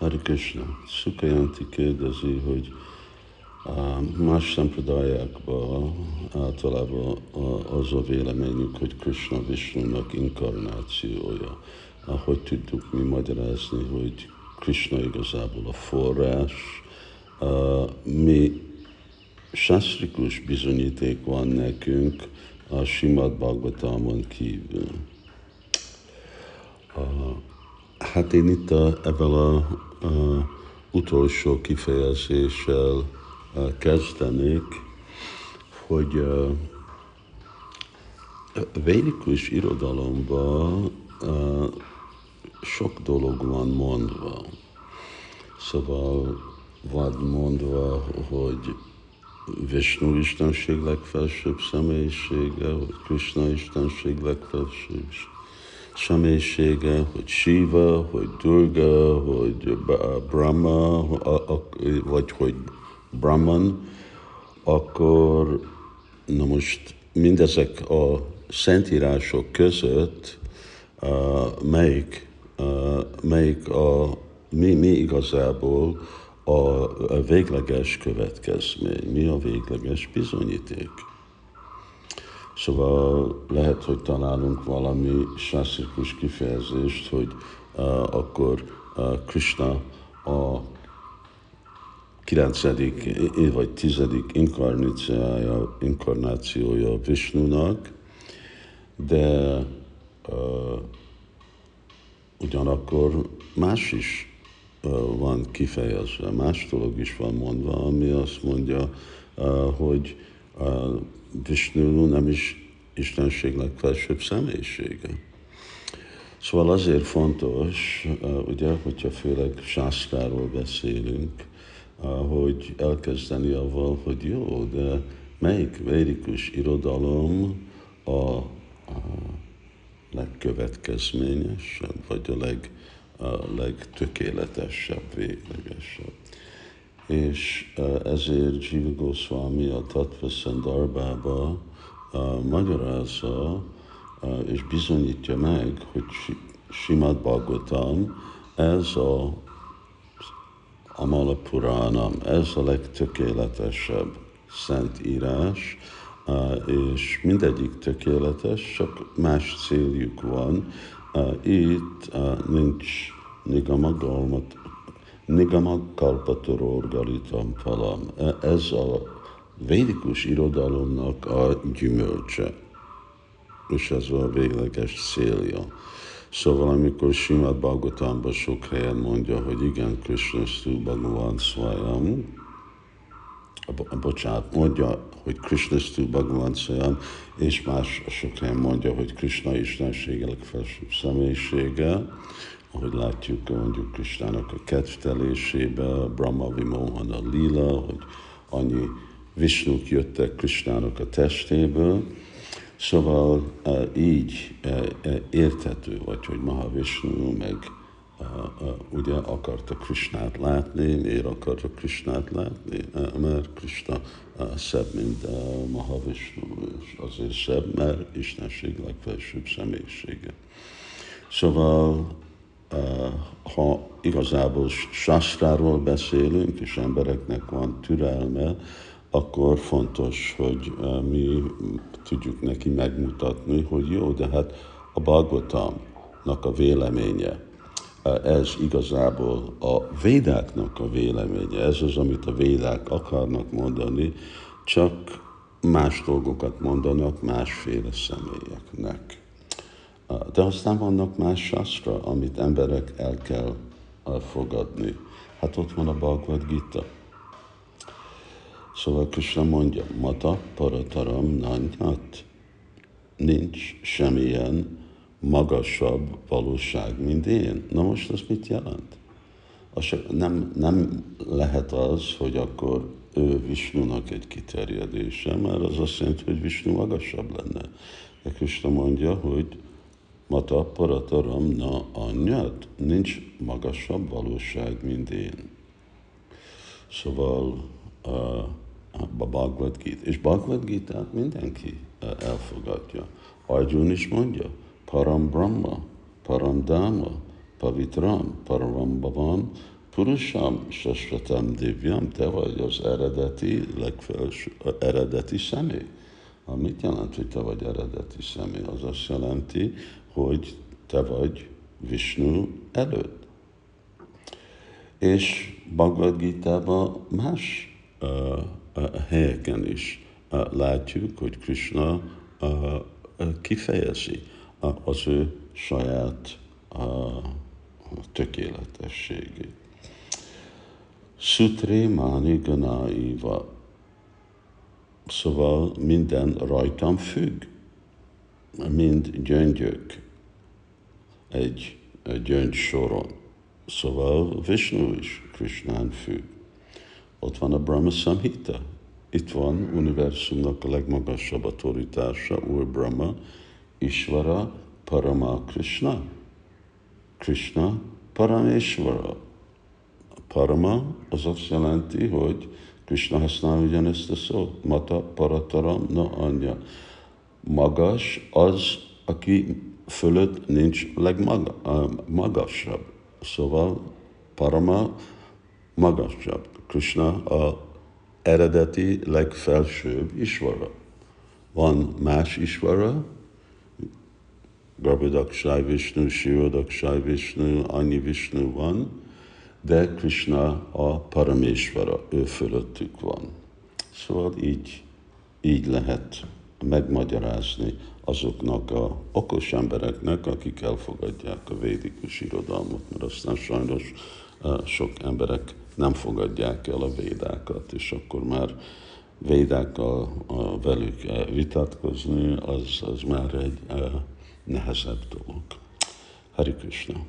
Hare Krishna. Szukajanti kérdezi, hogy más szempradájákban általában az a véleményük, hogy Krishna Visnunak inkarnációja. Hogy tudjuk mi magyarázni, hogy Krishna igazából a forrás. Mi sásztrikus bizonyíték van nekünk a Simad Bhagavatamon kívül. Hát én itt ezzel a utolsó kifejezéssel kezdenék, hogy védikus irodalomban sok dolog van mondva. Szóval vagy mondva, hogy Vishnu istenség legfelsőbb személyisége, hogy Krishna istenség legfelsőbb személyisége, hogy Shiva, hogy Durga, hogy Brahma, vagy hogy Brahman, akkor na most mindezek a szentírások között melyik mi igazából a végleges következmény, mi a végleges bizonyíték. Szóval lehet, hogy találunk valami sásztrikus kifejezést, hogy akkor Krishna a 9. vagy 10. inkarnációja Vishnunak, de ugyanakkor más is van kifejezve, más dolog is van mondva, ami azt mondja, hogy Vishnu nem is Istenség legfelsőbb személyisége. Szóval azért fontos, ugye, hogyha főleg sásztráról beszélünk, hogy elkezdeni avval, hogy jó, de melyik védikus irodalom a legkövetkezményesebb, vagy a legtökéletesebb, véglegesebb. És ezért Jiva Goswami a Tattva Sandarbába magyarázza és bizonyítja meg, hogy Simad Bhagavatam, ez a Amala Puranam, ez a legtökéletesebb szentírás, és mindegyik tökéletes, csak más céljuk van. Itt nincs Nigamakalpatoror Galitam Palam. Ez a védikus irodalomnak a gyümölcse, és ez a végleges célja. Szóval amikor Simad Bhagavatamban sok helyen mondja, hogy igen, Krishnastu Bhagavan Swayam, mondja, hogy Krishnastu Bhagavan Swayam, és más sok helyen mondja, hogy Krishna istensége legfelsőbb személyisége, ahogy látjuk mondjuk Krishnának a kedvtelésébe, Brahma Vimohana Lila, hogy annyi Visnuk jöttek Krishnának a testéből. Szóval így érthető, vagy hogy Mahavishnu meg ugye akarta Krishnát látni. Miért akarta Krishnát látni? Mert Krishna szebb, mint Mahavishnu, és azért szebb, mert Istenség legfelsőbb személyisége. Szóval ha igazából sásztráról beszélünk, és embereknek van türelme, akkor fontos, hogy mi tudjuk neki megmutatni, hogy jó, de hát a Bhagavatamnak a véleménye, ez igazából a védáknak a véleménye, ez az, amit a védák akarnak mondani, csak más dolgokat mondanak másféle személyeknek. De aztán vannak más sásztra, amit emberek el kell fogadni. Hát ott van a Bhagavad Gita. Szóval Krishna mondja, Mata Parataram Nanyat, nincs semmilyen magasabb valóság, mint én. Na most az mit jelent? Nem lehet az, hogy akkor ő Visnunak egy kiterjedése, mert az azt jelenti, hogy Visnu magasabb lenne. De Krishna mondja, hogy Mata Parataram na anyat, nincs magasabb valóság, mint én. Szóval a Bhagavad Gita. És Bhagavad Gitát mindenki elfogadja. Arjun is mondja, Param Brahma, Param Dhamma, Pavitram, Param Bhavan, Purusham Sasvatam Divyam, te vagy az eredeti, eredeti személy. Mit jelent, hogy te vagy eredeti személy? Az azt jelenti, hogy te vagy Vishnu előtt. És Bhagavad Gita-ban más helyeken is látjuk, hogy Krishna kifejezi az ő saját tökéletességét. Sutre Mani Ganaiva. Szóval minden rajtam függ, mind gyöngyök egy gyöngy soron. Szóval Vishnu is Krishnán függ. Ott van a Brahma Samhita. Itt van univerzumnak a legmagasabb autoritása, Úr Brahma, Ishvara, Parama Krishna. Krishna, Parameshvara. Parama az azt jelenti, hogy Krishna használ ugyanezt a szót. Mata, Parataram, na anya. Magas az, aki fölött nincs legmagasabb. Szóval Parama magasabb. Krishna a eredeti legfelsőbb Ishvara. Van más Ishvara, Garbhodakshay Vishnu, Kshirodakshay Vishnu, Annyi Vishnu van, de Krishna a Parameshvara, ő fölöttük van. Szóval így lehet megmagyarázni azoknak az okos embereknek, akik elfogadják a védikus irodalmat, mert aztán sajnos sok emberek nem fogadják el a védákat, és akkor már védákkal velük vitatkozni, az már egy nehezebb dolog. Hari Krishna.